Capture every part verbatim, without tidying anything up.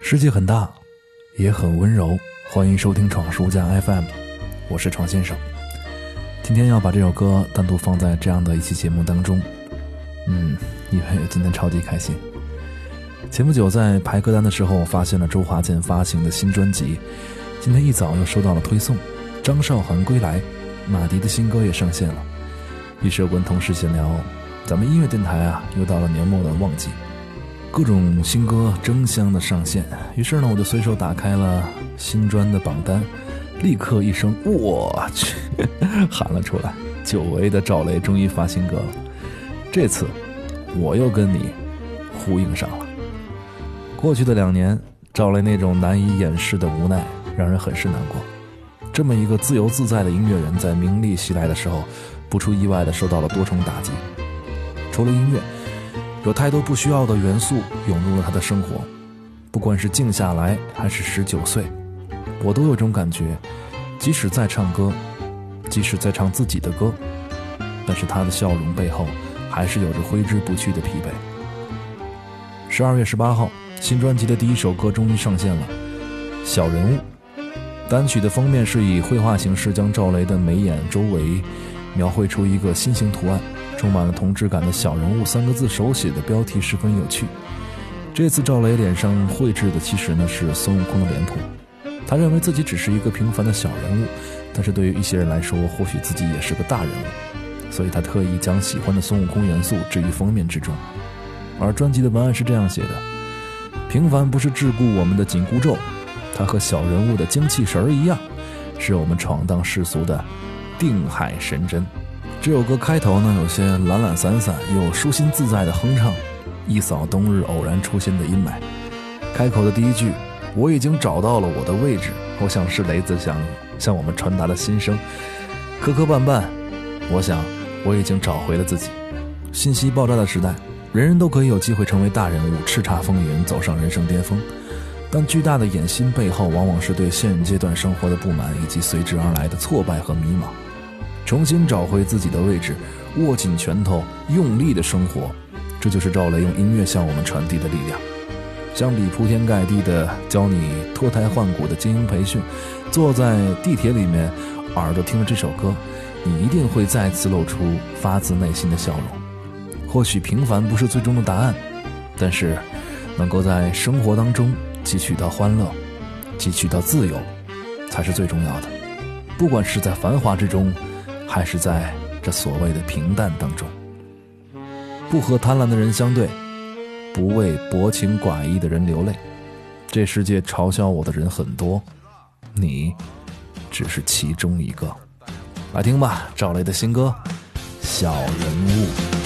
世界很大，也很温柔，欢迎收听闯书家 F M， 我是闯先生。今天要把这首歌单独放在这样的一期节目当中，嗯，因为今天超级开心。前不久在排歌单的时候发现了周华健发行的新专辑，今天一早又收到了推送，张韶涵归来，马迪的新歌也上线了。一时跟同事闲聊，咱们音乐电台啊又到了年末的旺季，各种新歌争相的上线，于是呢我就随手打开了新专的榜单，立刻一声我去喊了出来，久违的赵雷终于发新歌了。这次我又跟你呼应上了。过去的两年，赵雷那种难以掩饰的无奈让人很是难过。这么一个自由自在的音乐人，在名利袭来的时候，不出意外的受到了多重打击。除了音乐，有太多不需要的元素涌入了他的生活，不管是静下来还是十九岁，我都有种感觉，即使在唱歌，即使在唱自己的歌，但是他的笑容背后还是有着挥之不去的疲惫。十二月十八号，新专辑的第一首歌终于上线了，小人物。单曲的封面是以绘画形式将赵雷的眉眼周围描绘出一个心形图案，充满了童稚感的小人物三个字手写的标题十分有趣。这次赵雷脸上绘制的其实呢是孙悟空的脸谱，他认为自己只是一个平凡的小人物，但是对于一些人来说，或许自己也是个大人物，所以他特意将喜欢的孙悟空元素置于封面之中。而专辑的文案是这样写的：平凡不是桎梏我们的紧箍咒，它和小人物的精气神一样，是我们闯荡世俗的定海神针。这首歌开头呢有些懒懒散散又舒心自在的哼唱，一扫冬日偶然出现的阴霾。开口的第一句，我已经找到了我的位置，我想是雷子想向我们传达的心声。磕磕绊绊，我想我已经找回了自己。信息爆炸的时代，人人都可以有机会成为大人物，叱咤风云，走上人生巅峰，但巨大的野心背后往往是对现阶段生活的不满，以及随之而来的挫败和迷茫。重新找回自己的位置，握紧拳头，用力的生活，这就是赵雷用音乐向我们传递的力量。相比铺天盖地的教你脱胎换骨的精英培训，坐在地铁里面耳朵听了这首歌，你一定会再次露出发自内心的笑容。或许平凡不是最终的答案，但是能够在生活当中汲取到欢乐，汲取到自由，才是最重要的。不管是在繁华之中，还是在这所谓的平淡当中。不和贪婪的人相对，不为薄情寡义的人流泪。这世界嘲笑我的人很多，你只是其中一个。来听吧，赵雷的新歌《小人物》。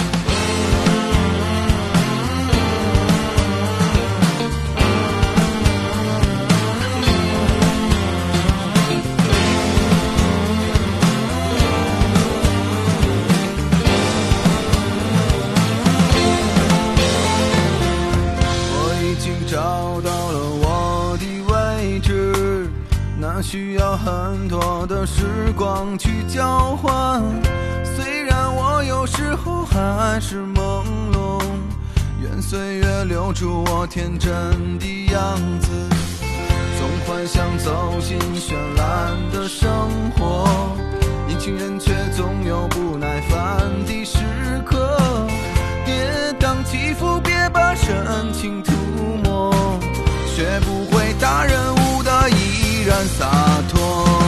需要很多的时光去交换，虽然我有时候还是朦胧，愿岁月留住我天真的样子，总幻想走进绚烂的生活，年轻人却总有不耐烦的时刻，跌宕起伏别把深情涂抹，学不会大人物的依然洒脱。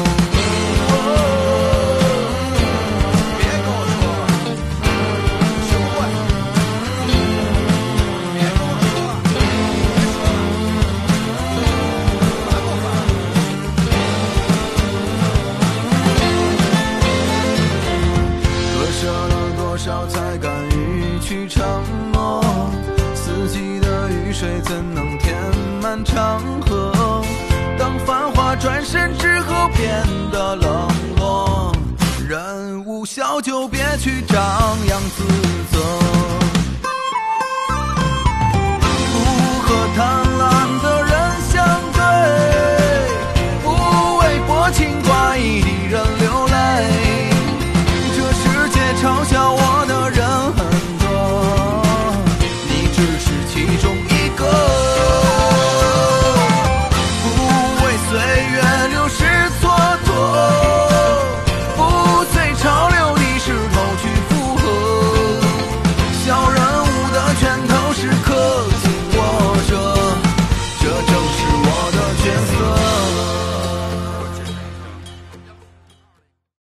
割舍了多少才敢于去承诺，四季的雨水怎能填满长河，当繁华转身之后变得冷落，人无笑就别去张扬自责。